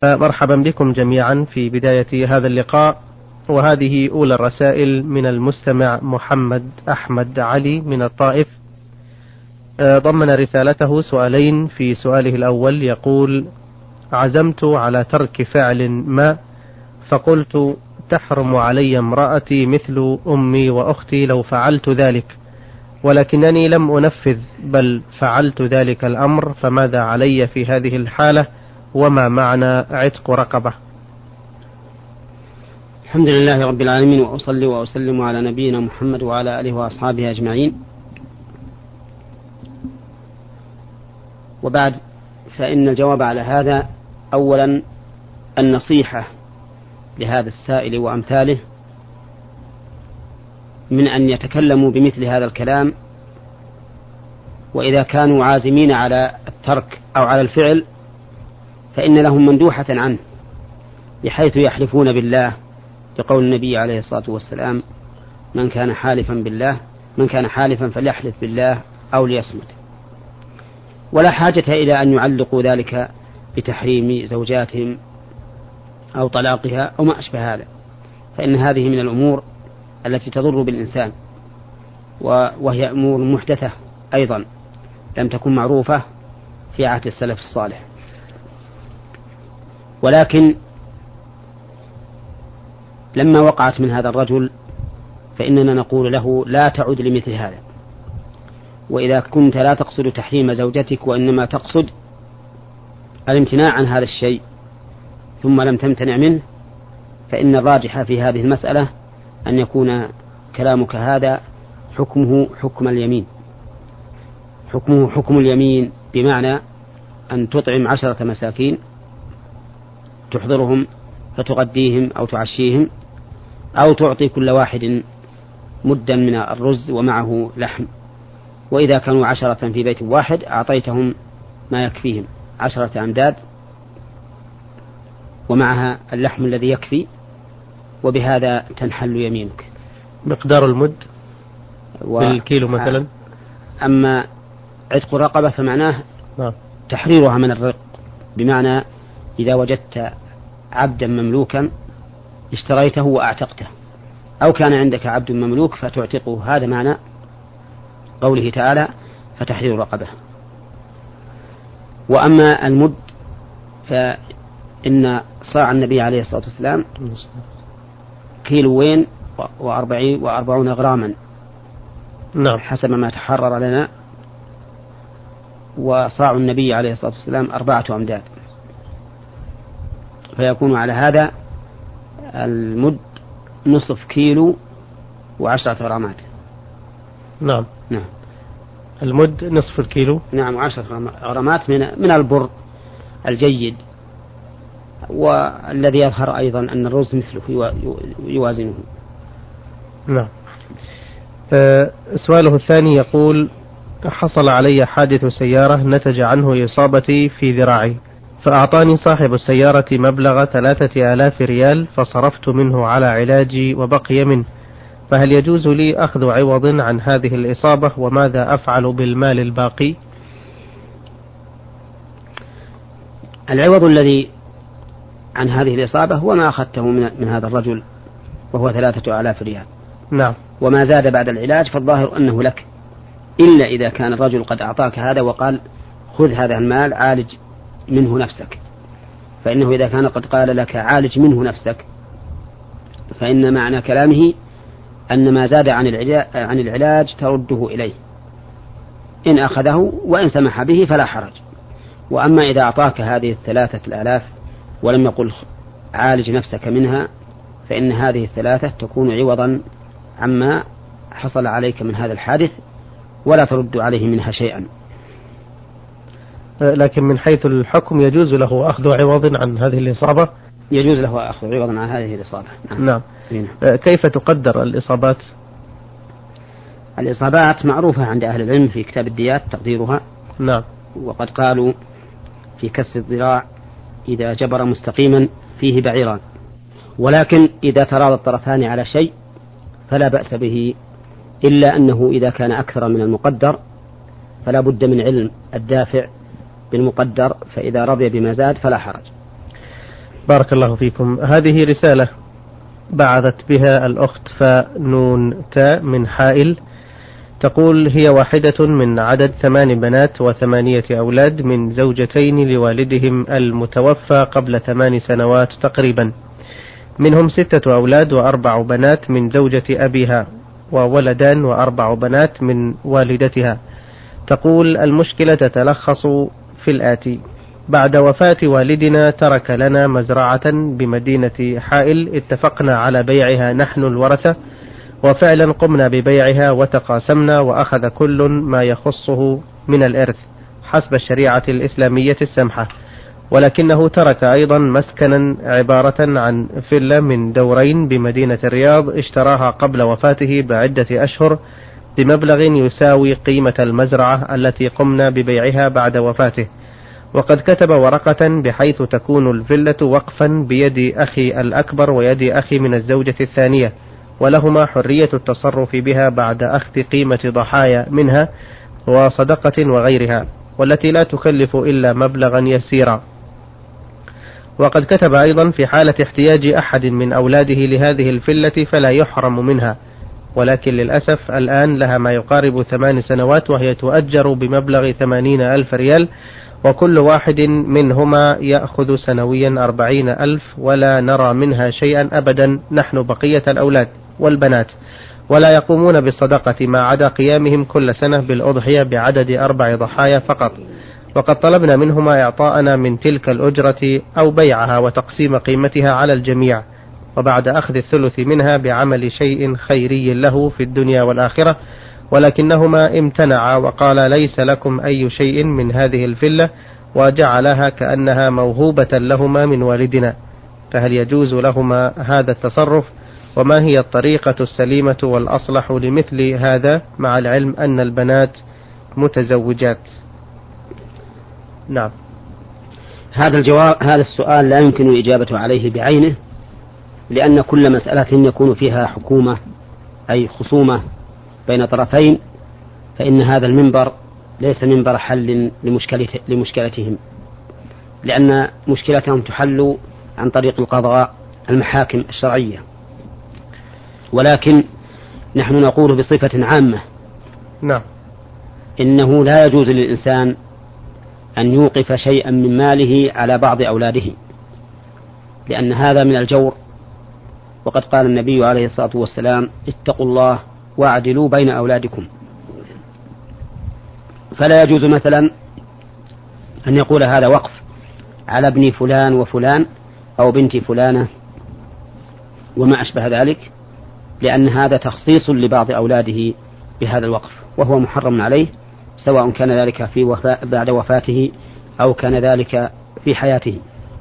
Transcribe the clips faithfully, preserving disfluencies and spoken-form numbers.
مرحبا بكم جميعا في بداية هذا اللقاء، وهذه أولى الرسائل من المستمع محمد أحمد علي من الطائف. ضمن رسالته سؤالين. في سؤاله الأول يقول: عزمت على ترك فعل ما، فقلت تحرم علي امرأتي مثل أمي وأختي لو فعلت ذلك، ولكنني لم أنفذ بل فعلت ذلك الأمر، فماذا علي في هذه الحالة؟ وما معنى عتق رقبة؟ الحمد لله رب العالمين، وأصلي وأسلم على نبينا محمد وعلى آله وأصحابه أجمعين، وبعد، فإن الجواب على هذا أولا النصيحة لهذا السائل وأمثاله من أن يتكلموا بمثل هذا الكلام، وإذا كانوا عازمين على الترك أو على الفعل فإن لهم مندوحة عنه، بحيث يحلفون بالله لقول النبي عليه الصلاة والسلام: من كان حالفا بالله من كان حالفا فليحلف بالله أو ليصمت. ولا حاجة إلى أن يعلقوا ذلك بتحريم زوجاتهم أو طلاقها أو ما أشبه هذا، فإن هذه من الأمور التي تضر بالإنسان، وهي أمور محدثة أيضا لم تكن معروفة في عهد السلف الصالح. ولكن لما وقعت من هذا الرجل فإننا نقول له: لا تعد لمثل هذا، وإذا كنت لا تقصد تحريم زوجتك وإنما تقصد الامتناع عن هذا الشيء ثم لم تمتنع منه، فإن الراجح في هذه المسألة أن يكون كلامك هذا حكمه حكم اليمين، حكمه حكم اليمين، بمعنى أن تطعم عشرة مساكين تحضرهم فتغديهم أو تعشيهم، أو تعطي كل واحد مدا من الرز ومعه لحم، وإذا كانوا عشرة في بيت واحد أعطيتهم ما يكفيهم عشرة أمداد ومعها اللحم الذي يكفي، وبهذا تنحل يمينك. مقدار المد و... بالكيلو مثلا. أما عتق رقبة فمعناه نعم. تحريرها من الرق، بمعنى إذا وجدت عبدا مملوكا اشتريته وأعتقته، أو كان عندك عبد مملوك فتعتقه، هذا معنى قوله تعالى: فتحرير رقبة. وأما المد فإن صاع النبي عليه الصلاة والسلام كيلوين وأربعين وأربعون غراما، نعم، حسب ما تحرر لنا، وصاع النبي عليه الصلاة والسلام أربعة أمداد، فيكون على هذا المد نصف كيلو وعشرة غرامات. نعم نعم المد نصف الكيلو، نعم، وعشرة غرامات من من البر الجيد، والذي يظهر أيضا أن الرز مثله يوازنه. نعم. أه سؤاله الثاني يقول: حصل علي حادث سيارة نتج عنه إصابتي في ذراعي، فأعطاني صاحب السيارة مبلغ ثلاثة آلاف ريال فصرفت منه على علاجي وبقي منه، فهل يجوز لي أخذ عوض عن هذه الإصابة؟ وماذا أفعل بالمال الباقي؟ العوض الذي عن هذه الإصابة هو ما أخذته من, من هذا الرجل، وهو ثلاثة آلاف ريال. نعم. وما زاد بعد العلاج فالظاهر أنه لك، إلا إذا كان الرجل قد أعطاك هذا وقال: خذ هذا المال عالج منه نفسك، فإنه إذا كان قد قال لك عالج منه نفسك فإن معنى كلامه أن ما زاد عن العلاج, عن العلاج ترده إليه، إن أخذه وإن سمح به فلا حرج. وأما إذا أعطاك هذه الثلاثة الآلاف ولم يقل عالج نفسك منها، فإن هذه الثلاثة تكون عوضا عما حصل عليك من هذا الحادث، ولا ترد عليه منها شيئا. لكن من حيث الحكم يجوز له أخذ عوض عن هذه الإصابة؟ يجوز له أخذ عوض عن هذه الإصابة. نعم, نعم. كيف تقدر الإصابات؟ الإصابات معروفة عند أهل العلم في كتاب الديات تقديرها. نعم. وقد قالوا في كسر الذراع: إذا جبر مستقيما فيه بعيران. ولكن إذا تراضى الطرفان على شيء فلا بأس به، إلا أنه إذا كان أكثر من المقدر فلا بد من علم الدافع بالمقدر، فإذا رضي بما زاد فلا حرج. بارك الله فيكم. هذه رسالة بعثت بها الأخت فنون تاء من حائل، تقول: هي واحدة من عدد ثمان بنات وثمانية أولاد من زوجتين لوالدهم المتوفى قبل ثمان سنوات تقريبا، منهم ستة أولاد وأربع بنات من زوجة أبيها، وولدان وأربع بنات من والدتها. تقول: المشكلة تتلخص في الآتي: بعد وفاة والدنا ترك لنا مزرعة بمدينة حائل اتفقنا على بيعها نحن الورثة، وفعلا قمنا ببيعها وتقاسمنا، وأخذ كل ما يخصه من الإرث حسب الشريعة الإسلامية السمحة، ولكنه ترك أيضا مسكنا عبارة عن فيلا من دورين بمدينة الرياض اشتراها قبل وفاته بعدة أشهر بمبلغ يساوي قيمة المزرعة التي قمنا ببيعها بعد وفاته، وقد كتب ورقة بحيث تكون الفيلة وقفا بيد أخي الأكبر ويد أخي من الزوجة الثانية، ولهما حرية التصرف بها بعد أخذ قيمة ضحايا منها وصدقة وغيرها، والتي لا تكلف إلا مبلغا يسيرا. وقد كتب أيضا: في حالة احتياج أحد من أولاده لهذه الفيلة فلا يحرم منها، ولكن للأسف الآن لها ما يقارب ثمان سنوات وهي تؤجر بمبلغ ثمانين ألف ريال، وكل واحد منهما يأخذ سنويا أربعين ألف، ولا نرى منها شيئا أبدا نحن بقية الأولاد والبنات، ولا يقومون بالصدقة ما عدا قيامهم كل سنة بالأضحية بعدد أربع ضحايا فقط، وقد طلبنا منهما إعطاءنا من تلك الأجرة أو بيعها وتقسيم قيمتها على الجميع، وبعد أخذ الثلث منها بعمل شيء خيري له في الدنيا والآخرة، ولكنهما امتنعا وقال: ليس لكم أي شيء من هذه الفلة، وجعلها كأنها موهوبة لهما من والدنا، فهل يجوز لهما هذا التصرف؟ وما هي الطريقة السليمة والأصلح لمثل هذا، مع العلم أن البنات متزوجات؟ نعم. هذا الجواب هذا السؤال لا يمكن الإجابة عليه بعينه، لأن كل مسألة يكون فيها حكومة أي خصومة بين طرفين، فإن هذا المنبر ليس منبر حل لمشكلتهم، لأن مشكلتهم تحل عن طريق القضاء المحاكم الشرعية، ولكن نحن نقول بصفة عامة: نعم، إنه لا يجوز للإنسان أن يوقف شيئا من ماله على بعض أولاده، لأن هذا من الجور، وقد قال النبي عليه الصلاة والسلام: اتقوا الله واعدلوا بين أولادكم. فلا يجوز مثلا أن يقول هذا وقف على ابن فلان وفلان أو بنت فلانة وما أشبه ذلك، لأن هذا تخصيص لبعض أولاده بهذا الوقف، وهو محرم عليه، سواء كان ذلك في وفاة بعد وفاته أو كان ذلك في حياته.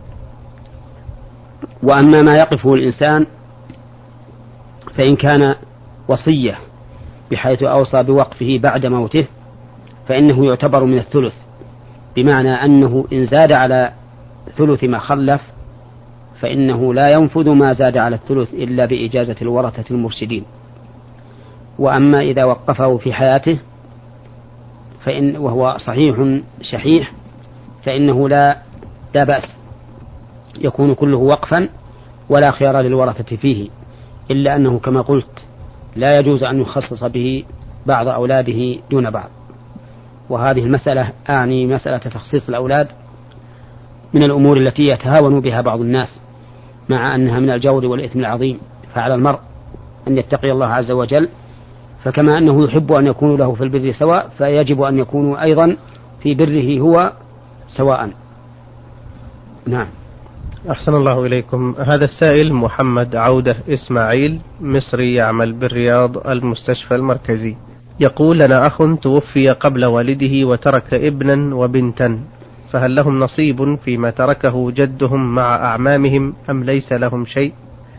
وأما ما يقفه الإنسان فإن كان وصية بحيث أوصى بوقفه بعد موته فإنه يعتبر من الثلث، بمعنى أنه إن زاد على ثلث ما خلف فإنه لا ينفذ ما زاد على الثلث إلا بإجازة الورثة المرشدين. وأما إذا وقفه في حياته فإن وهو صحيح شحيح فإنه لا لا بأس، يكون كله وقفا ولا خيار للورثة فيه، إلا أنه كما قلت لا يجوز أن يخصص به بعض أولاده دون بعض. وهذه المسألة أعني مسألة تخصيص الأولاد من الأمور التي يتهاون بها بعض الناس، مع أنها من الجور والإثم العظيم، فعلى المرء أن يتقي الله عز وجل، فكما أنه يحب أن يكون له في البر سواء فيجب أن يكونوا أيضا في بره هو سواء. نعم. أحسن الله إليكم. هذا السائل محمد عودة إسماعيل، مصري يعمل بالرياض المستشفى المركزي، يقول: لنا أخ توفي قبل والده وترك ابنا وبنتا، فهل لهم نصيب فيما تركه جدهم مع أعمامهم أم ليس لهم شيء؟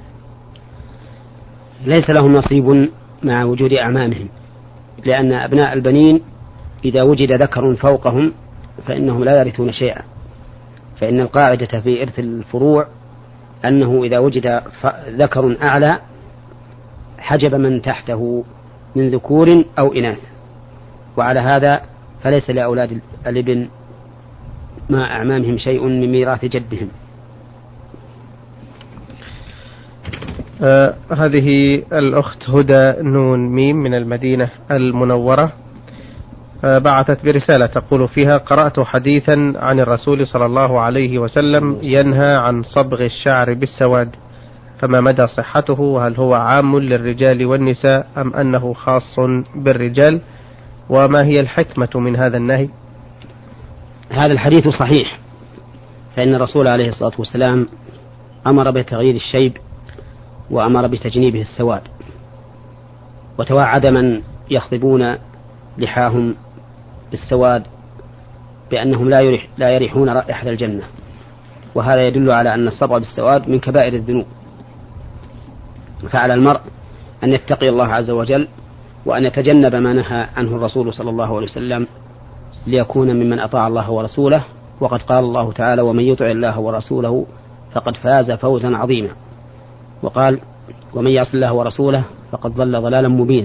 ليس لهم نصيب مع وجود أعمامهم، لأن أبناء البنين إذا وجد ذكر فوقهم فإنهم لا يرثون شيئا، فإن القاعدة في إرث الفروع أنه إذا وجد ذكر أعلى حجب من تحته من ذكور أو إناث، وعلى هذا فليس لأولاد الابن مع أعمامهم شيء من ميراث جدهم. آه هذه الأخت هدى نون ميم من المدينة المنورة آه بعثت برسالة تقول فيها: قرأت حديثا عن الرسول صلى الله عليه وسلم ينهى عن صبغ الشعر بالسواد، فما مدى صحته؟ وهل هو عام للرجال والنساء أم أنه خاص بالرجال؟ وما هي الحكمة من هذا النهي؟ هذا الحديث صحيح، فإن الرسول عليه الصلاة والسلام أمر بتغيير الشيب وأمر بتجنيبه السواد، وتوعد من يخضبون لحاهم بالسواد بأنهم لا يريح لا يريحون رائحة الجنة، وهذا يدل على أن الصبغ بالسواد من كبائر الذنوب. فعلى المرء أن يتقي الله عز وجل وأن يتجنب ما نهى عنه الرسول صلى الله عليه وسلم ليكون ممن أطاع الله ورسوله، وقد قال الله تعالى: ومن يطع الله ورسوله فقد فاز فوزا عظيما، وقال: ومن يعص الله ورسوله فقد ضل ضلالا مبينا.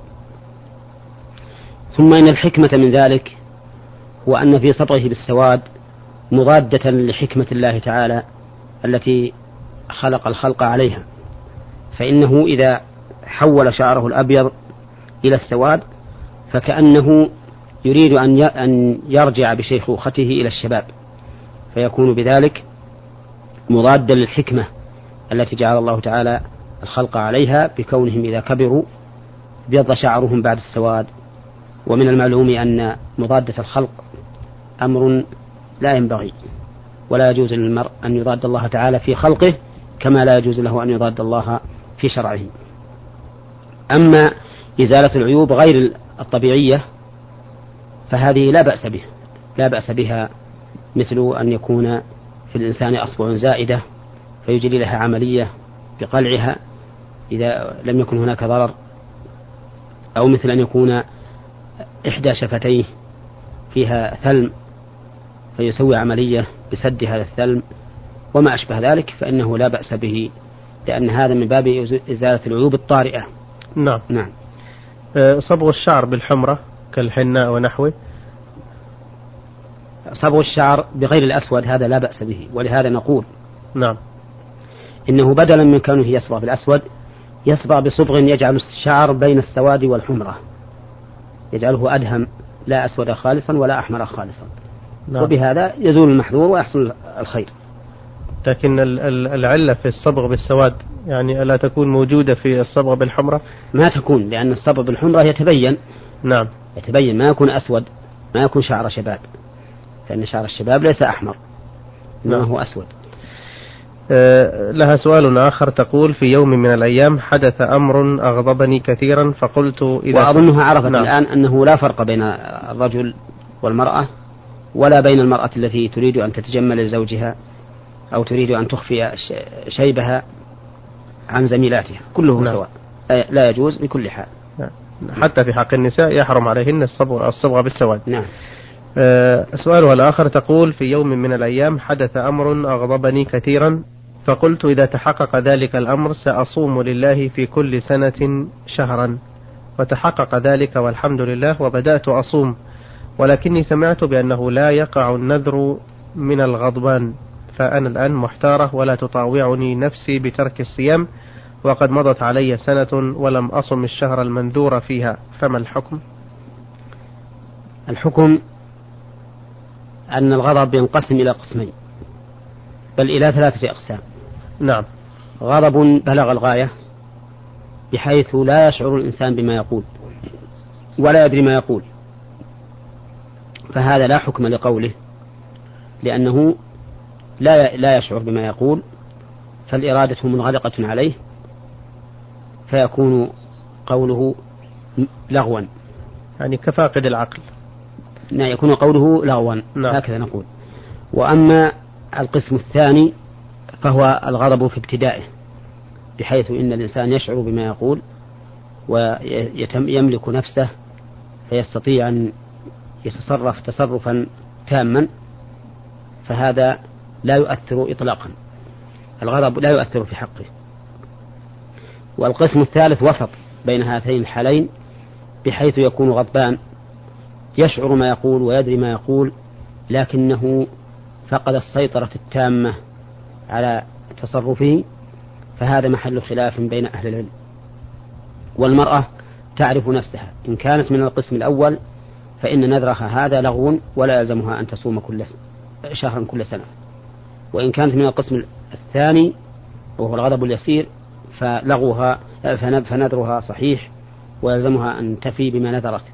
ثم إن الحكمة من ذلك هو أن في صبغه بالسواد مضادة لحكمة الله تعالى التي خلق الخلق عليها، فإنه إذا حول شعره الأبيض إلى السواد فكأنه يريد أن يرجع بشيخوخته إلى الشباب، فيكون بذلك مضادا للحكمة التي جعل الله تعالى الخلق عليها بكونهم إذا كبروا ابيض شعرهم بعد السواد. ومن المعلوم أن مضادة الخلق أمر لا ينبغي، ولا يجوز للمرء أن يضاد الله تعالى في خلقه كما لا يجوز له أن يضاد الله في شرعه. أما إزالة العيوب غير الطبيعية فهذه لا بأس به لا بأس بها، مثل أن يكون في الإنسان أصبع زائدة فيجري لها عملية بقلعها إذا لم يكن هناك ضرر، أو مثل أن يكون إحدى شفتيه فيها ثلم فيسوي عملية بسد هذا الثلم وما أشبه ذلك، فإنه لا بأس به، لأن هذا من باب إزالة العيوب الطارئة. نعم. نعم. صبغ الشعر بالحمرة كالحناء ونحوه. صبغ الشعر بغير الأسود هذا لا بأس به، ولهذا نقول نعم إنه بدلا من كونه يصبغ بالأسود يصبغ بصبغ يجعل الشعر بين السواد والحمرة، يجعله أدهم لا أسود خالصا ولا أحمر خالصا. نعم. وبهذا يزول المحذور ويحصل الخير. لكن العلة في الصبغ بالسواد يعني ألا تكون موجودة في الصبغ بالحمرة؟ ما تكون، لأن الصبغ بالحمرة يتبين. نعم. يتبين، ما يكون أسود، ما يكون شعر شباب، فإن شعر الشباب ليس أحمر إنما نعم. هو أسود. أه لها سؤال آخر تقول: في يوم من الأيام حدث أمر أغضبني كثيرا فقلت إذا وأظنها عرفت نعم. الآن أنه لا فرق بين الرجل والمرأة، ولا بين المرأة التي تريد أن تتجمل لزوجها أو تريد أن تخفي شيبها عن زميلاتها، كله نعم. سواء، لا يجوز بكل حال. نعم. حتى في حق النساء يحرم عليهن الصبغ, الصبغ بالسواد. نعم. أه سؤالها الآخر تقول: في يوم من الأيام حدث أمر أغضبني كثيرا فقلت إذا تحقق ذلك الأمر سأصوم لله في كل سنة شهرا، وتحقق ذلك والحمد لله وبدأت أصوم، ولكني سمعت بأنه لا يقع النذر من الغضبان، فأنا الآن محتارة ولا تطاوعني نفسي بترك الصيام وقد مضت علي سنة ولم أصم الشهر المنذور فيها، فما الحكم؟ الحكم أن الغضب ينقسم إلى قسمين، بل إلى ثلاثة أقسام. نعم. غضب بلغ الغاية بحيث لا يشعر الإنسان بما يقول ولا يدري ما يقول، فهذا لا حكم لقوله، لأنه لا لا يشعر بما يقول، فالإرادة منغلقة عليه فيكون قوله لغوا، يعني كفاقد العقل. نعم، يكون قوله لغوا. نعم. هكذا نقول. وأما القسم الثاني فهو الغضب في ابتدائه، بحيث إن الإنسان يشعر بما يقول ويملك نفسه فيستطيع أن يتصرف تصرفا تاما، فهذا لا يؤثر إطلاقا، الغضب لا يؤثر في حقه. والقسم الثالث وسط بين هاتين الحالين، بحيث يكون غضبان يشعر ما يقول ويدري ما يقول، لكنه فقد السيطرة التامة على تصرفه فهذا محل خلاف بين أهل العلم. والمرأة تعرف نفسها، إن كانت من القسم الأول فإن نذرها هذا لغو ولا يلزمها أن تصوم كل شهرا كل سنة، وإن كانت من القسم الثاني وهو الغضب اليسير فلغوها فنذرها صحيح ويلزمها أن تفي بما نذرت.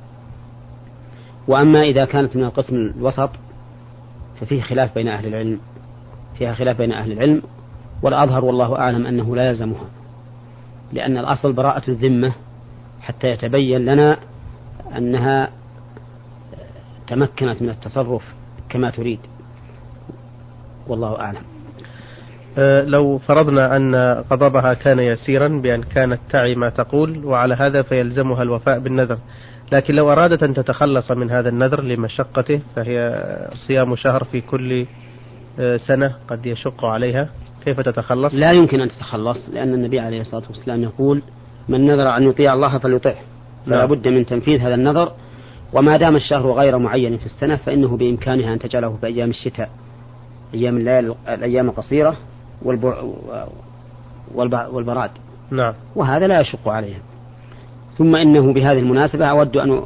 وأما إذا كانت من القسم الوسط ففيه خلاف بين أهل العلم فيها خلاف بين أهل العلم والأظهر والله أعلم أنه لا يلزمها، لأن الأصل براءة الذمة حتى يتبين لنا أنها تمكنت من التصرف كما تريد، والله أعلم. أه لو فرضنا أن غضبها كان يسيرا بأن كانت تعي ما تقول وعلى هذا فيلزمها الوفاء بالنذر، لكن لو أرادت أن تتخلص من هذا النذر لمشقته فهي صيام شهر في كل سنة قد يشق عليها، كيف تتخلص؟ لا يمكن أن تتخلص، لأن النبي عليه الصلاة والسلام يقول من نذر أن يطيع الله فليطيعه، فلا بد من تنفيذ هذا النذر. وما دام الشهر غير معين في السنة فإنه بإمكانها أن تجعله في أيام الشتاء، أيام الليل الأيام القصيرة والبراد. نعم. وهذا لا يشق عليها. ثم إنه بهذه المناسبة أود أن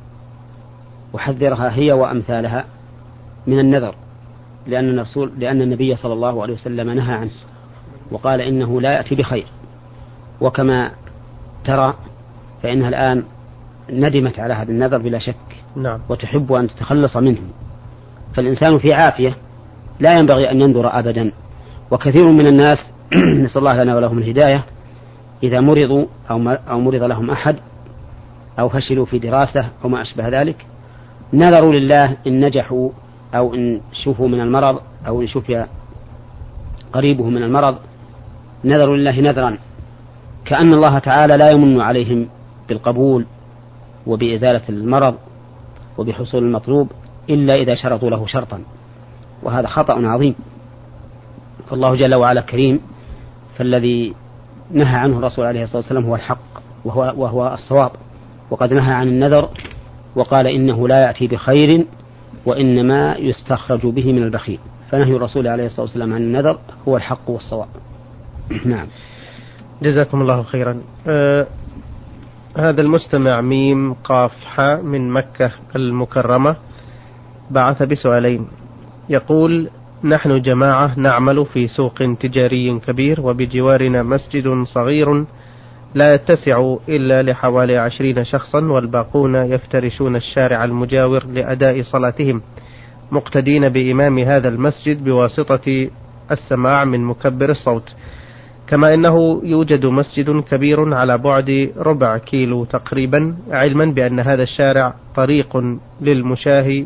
أحذرها هي وأمثالها من النذر، لأن الرسول لأن النبي صلى الله عليه وسلم نهى عنه وقال إنه لا يأتي بخير، وكما ترى فإنها الآن ندمت على هذا النذر بلا شك. نعم. وتحب أن تتخلص منه، فالإنسان في عافية لا ينبغي أن ينذر أبدا. وكثير من الناس نسأل الله لنا ولهم الهداية إذا مرضوا أو مرض لهم أحد أو فشلوا في دراسة أو ما أشبه ذلك نذروا لله إن نجحوا أو إن شفوا من المرض أو إن شفي قريبه من المرض، نذروا لله نذرا كأن الله تعالى لا يمن عليهم بالقبول وبإزالة المرض وبحصول المطلوب إلا إذا شرطوا له شرطا، وهذا خطأ عظيم. فالله جل وعلا كريم، فالذي نهى عنه الرسول عليه الصلاة والسلام هو الحق وهو, وهو الصواب، وقد نهى عن النذر وقال إنه لا يأتي بخير وإنما يستخرج به من البخيل، فنهي الرسول عليه الصلاة والسلام عن النذر هو الحق والصواب. نعم. جزاكم الله خيرا. آه هذا المستمع ميم قاف حاء من مكة المكرمة بعث بسؤالين، يقول: نحن جماعة نعمل في سوق تجاري كبير وبجوارنا مسجد صغير لا يتسع إلا لحوالي عشرين شخصا، والباقون يفترشون الشارع المجاور لأداء صلاتهم مقتدين بإمام هذا المسجد بواسطة السماع من مكبر الصوت، كما إنه يوجد مسجد كبير على بعد ربع كيلو تقريبا، علما بأن هذا الشارع طريق للمشاة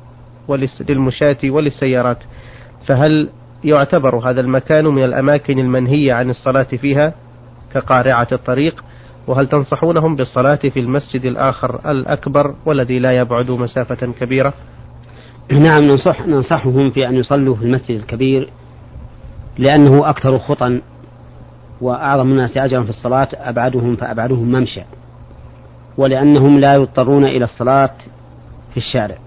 للمشاة وللسيارات، فهل يعتبر هذا المكان من الأماكن المنهية عن الصلاة فيها كقارعة الطريق؟ وهل تنصحونهم بالصلاة في المسجد الآخر الأكبر والذي لا يبعد مسافة كبيرة؟ نعم، ننصح ننصحهم في أن يصلوا في المسجد الكبير لأنه أكثر خطا وأعظم الناس أجرا في الصلاة أبعدهم فأبعدهم ممشى، ولأنهم لا يضطرون إلى الصلاة في الشارع،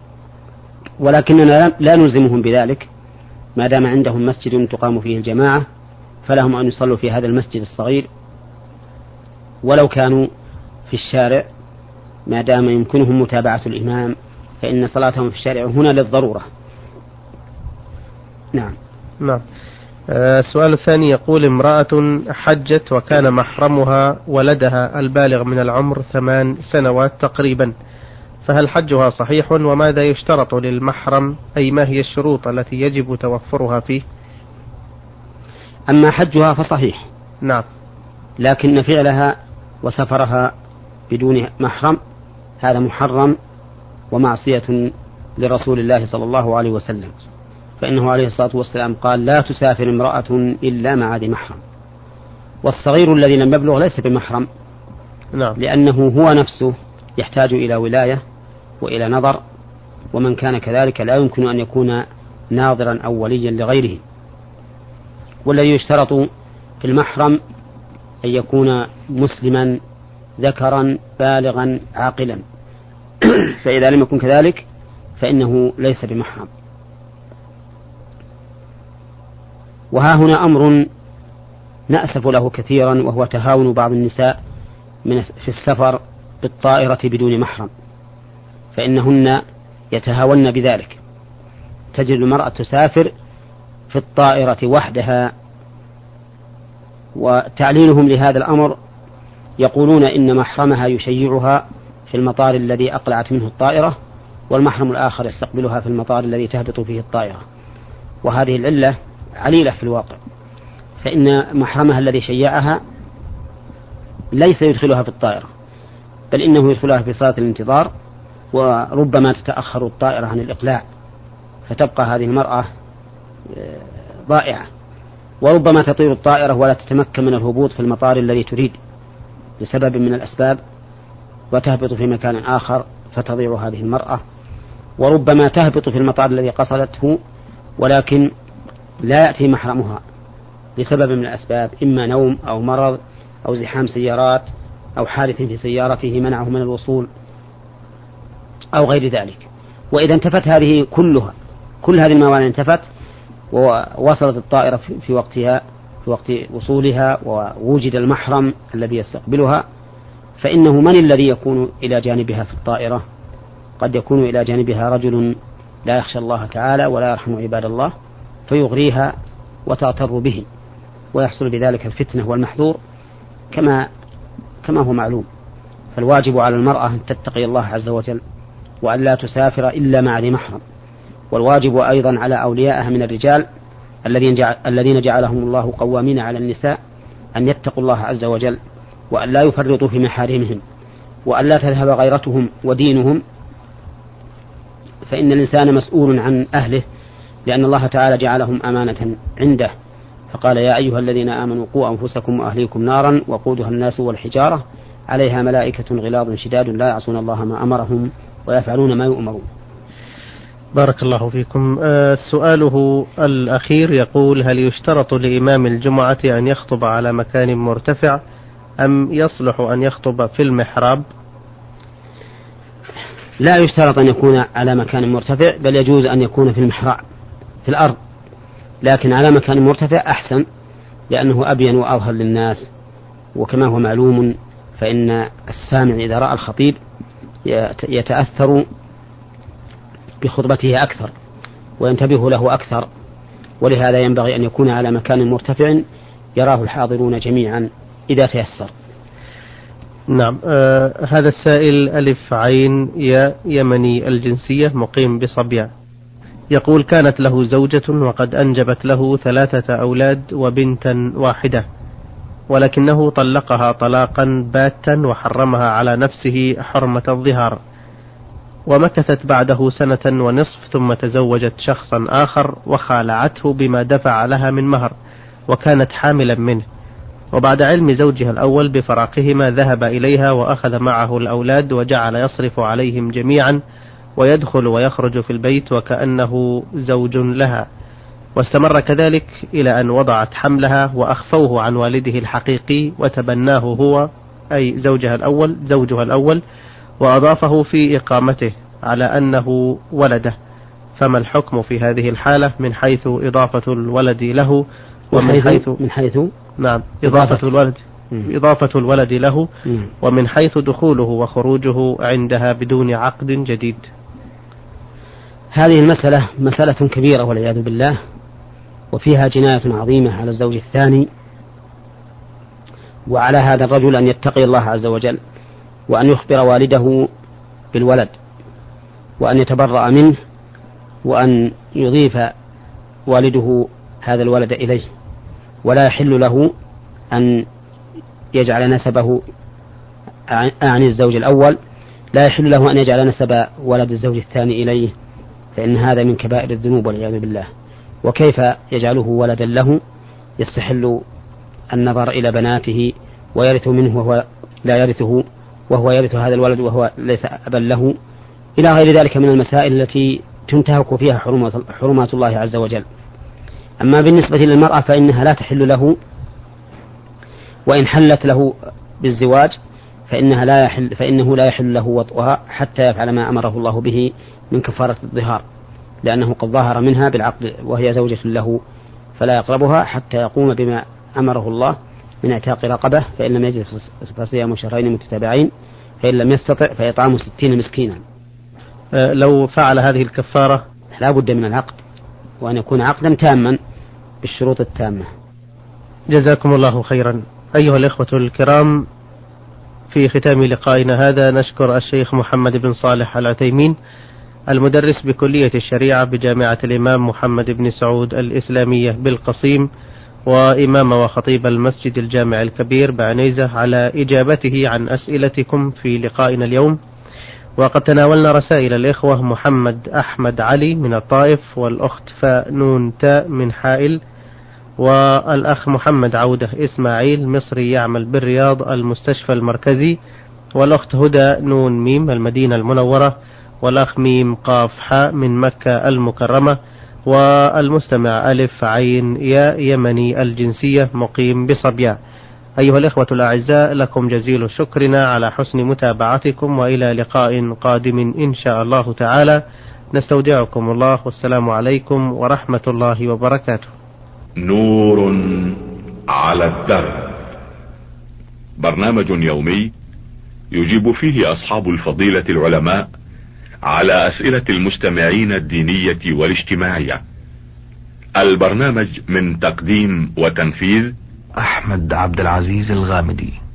ولكننا لا نلزمهم بذلك ما دام عندهم مسجد تقام فيه الجماعة فلهم أن يصلوا في هذا المسجد الصغير ولو كانوا في الشارع ما دام يمكنهم متابعة الإمام، فإن صلاتهم في الشارع هنا للضرورة. نعم. نعم. السؤال الثاني يقول: امرأة حجت وكان محرمها ولدها البالغ من العمر ثمان سنوات تقريبا، فهل حجها صحيح؟ وماذا يشترط للمحرم، أي ما هي الشروط التي يجب توفرها فيه؟ أما حجها فصحيح. نعم. لكن فعلها وسفرها بدون محرم هذا محرم ومعصية لرسول الله صلى الله عليه وسلم، فإنه عليه الصلاة والسلام قال: لا تسافر امرأة إلا مع ذي محرم. والصغير الذي لم يبلغ ليس بمحرم. نعم. لأنه هو نفسه يحتاج إلى ولاية وإلى نظر، ومن كان كذلك لا يمكن أن يكون ناظرا أو وليا لغيره. والذي يشترط في المحرم أن يكون مسلما ذكرا بالغا عاقلا فإذا لم يكن كذلك فإنه ليس بمحرم. وها هنا أمر نأسف له كثيرا، وهو تهاون بعض النساء من في السفر بالطائرة بدون محرم، فإنهن يتهاون بذلك. تجد المرأة تسافر في الطائرة وحدها، وتعليلهم لهذا الأمر يقولون إن محرمها يشيعها في المطار الذي أقلعت منه الطائرة، والمحرم الآخر يستقبلها في المطار الذي تهبط فيه الطائرة، وهذه العلة عليلة في الواقع، فإن محرمها الذي شيعها ليس يدخلها في الطائرة، بل إنه يدخلها في صالة الانتظار، وربما تتأخر الطائرة عن الإقلاع فتبقى هذه المرأة ضائعة، وربما تطير الطائرة ولا تتمكن من الهبوط في المطار الذي تريد بسبب من الأسباب، وتهبط في مكان آخر فتضيع هذه المرأة. وربما تهبط في المطار الذي قصدته ولكن لا يأتي محرمها بسبب من الأسباب، إما نوم أو مرض أو زحام سيارات أو حادث في سيارته منعه من الوصول أو غير ذلك. وإذا انتفت هذه كلها، كل هذه الموانع انتفت ووصلت الطائرة في وقتها في وقت وصولها، ووجد المحرم الذي يستقبلها، فإنه من الذي يكون إلى جانبها في الطائرة؟ قد يكون إلى جانبها رجل لا يخشى الله تعالى ولا يرحم عباد الله، فيغريها وتغتر به، ويحصل بذلك الفتنة والمحذور كما كما هو معلوم. فالواجب على المرأة أن تتقي الله عز وجل، وأن لا تسافر إلا مع ذي محرم. والواجب أيضا على أوليائها من الرجال الذين جعل الذين جعلهم الله قوامين على النساء أن يتقوا الله عز وجل، وأن لا يفرطوا في محارمهم، وأن لا تذهب غيرتهم ودينهم، فإن الإنسان مسؤول عن أهله، لأن الله تعالى جعلهم أمانة عنده، فقال: يا أيها الذين آمنوا قوا أنفسكم وأهليكم نارا وقودها الناس والحجارة عليها ملائكة غلاظ شداد لا يعصون الله ما أمرهم ويفعلون ما يؤمرون. بارك الله فيكم. آه سؤاله الأخير يقول: هل يشترط لإمام الجمعة أن يخطب على مكان مرتفع أم يصلح أن يخطب في المحراب؟ لا يشترط أن يكون على مكان مرتفع، بل يجوز أن يكون في المحراب في الأرض، لكن على مكان مرتفع أحسن، لأنه أبين وأظهر للناس. وكما هو معلوم فإن السامع إذا رأى الخطيب يتأثر بخطبته أكثر وينتبه له أكثر، ولهذا ينبغي أن يكون على مكان مرتفع يراه الحاضرون جميعا إذا تيسر. نعم. آه هذا السائل ألف عين يا يمني الجنسية مقيم بصبيا، يقول: كانت له زوجة وقد أنجبت له ثلاثة أولاد وبنتا واحدة، ولكنه طلقها طلاقا باتا وحرمها على نفسه حرمة الظهار، ومكثت بعده سنة ونصف ثم تزوجت شخصا آخر وخالعته بما دفع لها من مهر، وكانت حاملا منه، وبعد علم زوجها الأول بفراقهما ذهب إليها وأخذ معه الأولاد وجعل يصرف عليهم جميعا ويدخل ويخرج في البيت وكأنه زوج لها، واستمر كذلك إلى أن وضعت حملها وأخفوه عن والده الحقيقي وتبناه هو أي زوجها الأول زوجها الأول وأضافه في إقامته على أنه ولده، فما الحكم في هذه الحالة من حيث إضافة الولد له ومن حيث من حيث نعم إضافة الولد إضافة الولد له ومن حيث دخوله وخروجه عندها بدون عقد جديد؟ هذه المسألة مسألة كبيرة والعياذ بالله، وفيها جناية عظيمة على الزوج الثاني، وعلى هذا الرجل أن يتقي الله عز وجل، وأن يخبر والده بالولد، وأن يتبرأ منه، وأن يضيف والده هذا الولد إليه، ولا يحل له أن يجعل نسبه عن الزوج الأول، لا يحل له أن يجعل نسب ولد الزوج الثاني إليه، فإن هذا من كبائر الذنوب والعياذ بالله. وكيف يجعله ولدا له؟ يستحل النظر إلى بناته ويرث منه وهو لا يرثه، وهو يرث هذا الولد وهو ليس أبا له، إلى غير ذلك من المسائل التي تنتهك فيها حرمات الله عز وجل. أما بالنسبة للمرأة فإنها لا تحل له، وإن حلت له بالزواج فإنها لا يحل فإنه لا يحل له وطئها حتى يفعل ما أمره الله به من كفارة الظهار، لأنه قد ظهر منها بالعقد وهي زوجة له، فلا يقربها حتى يقوم بما أمره الله من اعتاق رقبة، فإن لم يجد فصيام شهرين متتابعين، فإن لم يستطع فإطعام ستين مسكينا. لو فعل هذه الكفارة لا بد من العقد، وأن يكون عقدا تاما بالشروط التامة. جزاكم الله خيرا. أيها الإخوة الكرام، في ختام لقائنا هذا نشكر الشيخ محمد بن صالح العثيمين المدرس بكلية الشريعة بجامعة الإمام محمد بن سعود الإسلامية بالقصيم، وإمام وخطيب المسجد الجامع الكبير بعنيزة، على إجابته عن أسئلتكم في لقائنا اليوم. وقد تناولنا رسائل الإخوة محمد أحمد علي من الطائف، والأخت فاء نون تاء من حائل، والأخ محمد عودة إسماعيل مصري يعمل بالرياض المستشفى المركزي، والأخت هدى نون ميم المدينة المنورة، والأخ ميم قاف حاء من مكة المكرمة، والمستمع ألف عين ياء يمني الجنسية مقيم بصبيا. أيها الإخوة الأعزاء، لكم جزيل شكرنا على حسن متابعتكم، وإلى لقاء قادم إن شاء الله تعالى. نستودعكم الله، والسلام عليكم ورحمة الله وبركاته. نور على الدرب، برنامج يومي يجيب فيه أصحاب الفضيلة العلماء على أسئلة المستمعين الدينية والاجتماعية. البرنامج من تقديم وتنفيذ أحمد عبد العزيز الغامدي.